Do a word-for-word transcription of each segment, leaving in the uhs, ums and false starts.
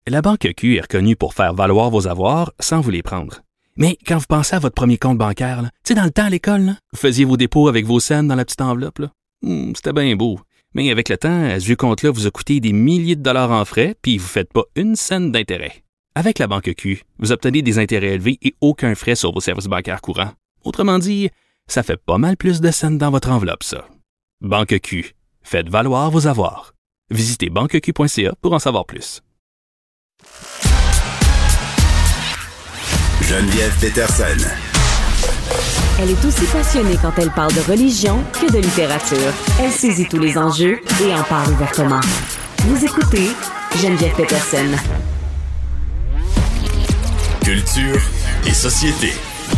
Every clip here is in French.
La Banque Q est reconnue pour faire valoir vos avoirs sans vous les prendre. Mais quand vous pensez à votre premier compte bancaire, tu sais, dans le temps à l'école, là, vous faisiez vos dépôts avec vos scènes dans la petite enveloppe. Là. Hum, c'était bien beau. Mais avec le temps, ce vieux compte-là vous a coûté des milliers de dollars en frais, puis vous ne faites pas une scène d'intérêt. Avec la Banque Q, vous obtenez des intérêts élevés et aucun frais sur vos services bancaires courants. Autrement dit, ça fait pas mal plus de scènes dans votre enveloppe, ça. Banque Q. Faites valoir vos avoirs. Visitez banque q point c a pour en savoir plus. Geneviève Peterson. Elle est aussi passionnée quand elle parle de religion que de littérature. Elle saisit tous les enjeux et en parle ouvertement. Vous écoutez Geneviève Peterson. Culture et société.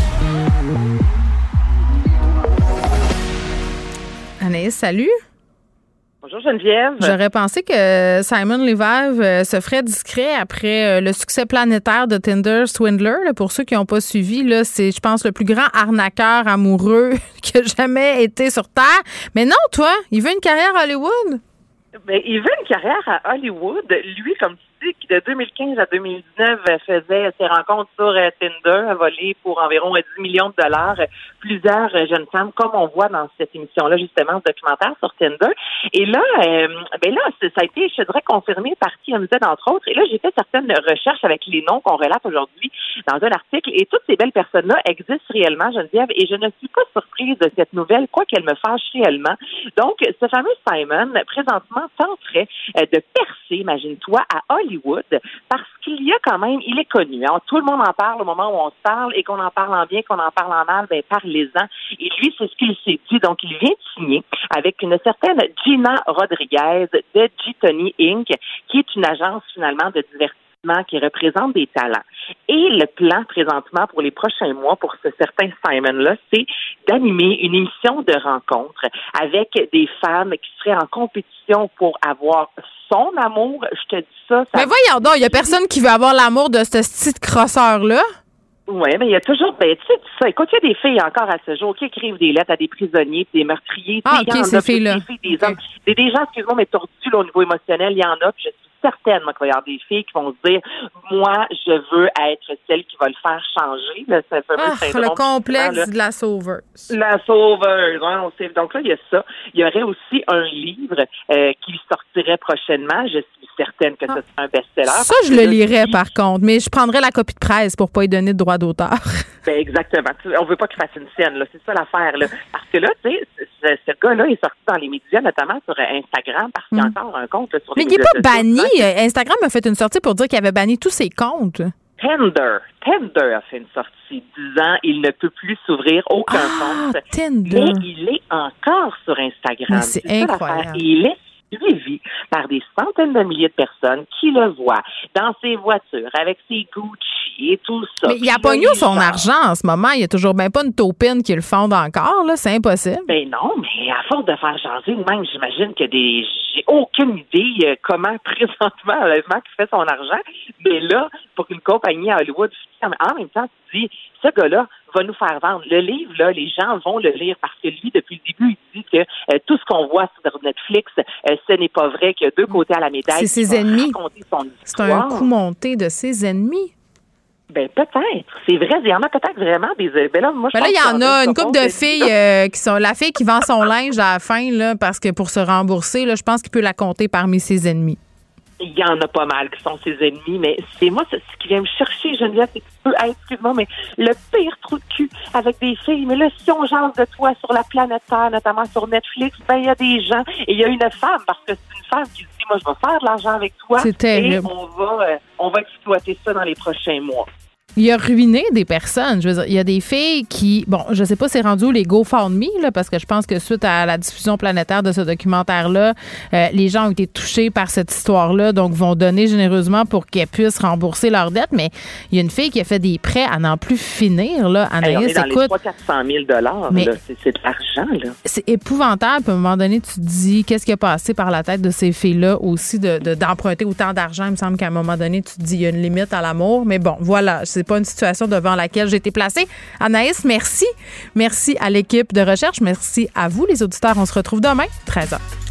Anaïs, salut. Bonjour Geneviève. J'aurais pensé que Simon Leviev euh, se ferait discret après euh, le succès planétaire de Tinder Swindler. Là, pour ceux qui n'ont pas suivi, là, c'est, je pense, le plus grand arnaqueur amoureux qui a jamais été sur Terre. Mais non, toi, il veut une carrière à Hollywood. Ben, il veut une carrière à Hollywood. Lui, comme tu dis, qui de deux mille quinze à deux mille dix-neuf faisait ses rencontres sur euh, Tinder, a volé pour environ dix millions de dollars plusieurs euh, jeunes femmes, comme on voit dans cette émission-là, justement, ce documentaire sur Tinder. Et là, euh, ben là, ça a été, je dirais, confirmé par T M Z, entre autres. Et là, j'ai fait certaines recherches avec les noms qu'on relate aujourd'hui dans un article. Et toutes ces belles personnes-là existent réellement, Geneviève, et je ne suis pas surprise de cette nouvelle, quoi qu'elle me fâche réellement. Donc, ce fameux Simon, présentement, tenterait euh, de percer, imagine-toi, à Hollywood, parce qu'il y a quand même, il est connu, hein, tout le monde en parle au moment où on se parle, et qu'on en parle en bien, qu'on en parle en mal, ben parlez-en. Et lui, c'est ce qu'il s'est dit, donc il vient de signer avec une certaine Gina Rodriguez de G-Tony Incorporated, qui est une agence finalement de divertissement qui représente des talents. Et le plan présentement pour les prochains mois pour ce certain Simon-là, c'est d'animer une émission de rencontre avec des femmes qui seraient en compétition pour avoir son amour. Je te dis ça. ça Mais voyons donc, il y a personne qui veut avoir l'amour de ce style crosseur-là. Oui, mais il y a toujours, ben, tu sais, ça, écoute, il y a des filles encore à ce jour qui écrivent des lettres à des prisonniers, des meurtriers. Ah, ok, ces filles-là. Des filles, des hommes, des, des gens, excuse-moi, mais tordus là, au niveau émotionnel, il y en a, puis je suis certaine, moi, qu'il va y avoir des filles qui vont se dire, moi, je veux être celle qui va le faire changer, là, ce fameux ah, syndrome. Le complexe là. de la sauveuse. La sauveuse, hein, on sait. Donc là, il y a ça. Il y aurait aussi un livre euh, qui sortirait prochainement. Je suis certaine que ah. ce sera un best-seller. Ça, je le lirais, par contre, mais je prendrais la copie de presse pour pas y donner de droit d'auteur. Ben exactement. On veut pas qu'il fasse une scène, là. C'est ça l'affaire, là. Parce que là, tu sais, ce, ce gars-là est sorti dans les médias, notamment sur Instagram, parce qu'il y a mm. encore un compte là, sur les mais il médias. Mais il n'est pas banni. Sociaux. Instagram a fait une sortie pour dire qu'il avait banni tous ses comptes. Tinder. Tinder a fait une sortie disant il ne peut plus s'ouvrir aucun ah, compte. Tinder. Mais il est encore sur Instagram. Mais c'est, c'est incroyable. Il est suivi par des centaines de milliers de personnes qui le voient dans ses voitures, avec ses Gucci et tout ça. Mais il a pogné son argent en ce moment. Il n'y a toujours bien pas une taupine qui le fonde encore, là. C'est impossible. Ben non, mais à force de faire changer, même, j'imagine que des... J'ai aucune idée euh, comment, présentement, honnêtement, qu'il fait son argent. Mais là, pour une compagnie à Hollywood, en même temps, tu dis, ce gars-là va nous faire vendre. Le livre, là, les gens vont le lire parce que lui, depuis le début, il dit que euh, tout ce qu'on voit sur Netflix, euh, ce n'est pas vrai, qu'il y a deux côtés à la médaille. C'est ses ennemis. Son C'est un coup monté de ses ennemis. Ben peut-être. C'est vrai, il y en a peut-être vraiment des... Ben là, moi, je ben là, il y en a une couple de bon, filles euh, qui sont... La fille qui vend son linge à la fin, là, parce que pour se rembourser, là, je pense qu'il peut la compter parmi ses ennemis. Il y en a pas mal qui sont ses ennemis, mais c'est moi, c'est ce qui vient me chercher, Geneviève, c'est que tu peux être, excuse-moi, mais le pire trou de cul avec des filles. Mais là, si on jase de toi sur la planète Terre, notamment sur Netflix, ben il y a des gens, et il y a une femme, parce que c'est une femme qui dit, moi, je vais faire de l'argent avec toi. C'est terrible. Et on va, euh, on va exploiter ça dans les prochains mois. Il a ruiné des personnes. Je veux dire, il y a des filles qui... Bon, je sais pas c'est rendu où les GoFundMe, là, parce que je pense que suite à la diffusion planétaire de ce documentaire-là, euh, les gens ont été touchés par cette histoire-là, donc vont donner généreusement pour qu'elles puissent rembourser leurs dettes. Mais il y a une fille qui a fait des prêts à n'en plus finir, là. Anaïs, hey, on est dans écoute... les trois cents à quatre cent mille dollars, mais là. C'est, c'est de l'argent, là. C'est épouvantable. Puis à un moment donné, tu te dis, qu'est-ce qui a passé par la tête de ces filles-là aussi de, de, d'emprunter autant d'argent? Il me semble qu'à un moment donné, tu te dis, il y a une limite à l'amour. Mais bon, voilà, c'est pas une situation devant laquelle j'ai été placée. Anaïs, merci. Merci à l'équipe de recherche. Merci à vous, les auditeurs. On se retrouve demain, treize heures.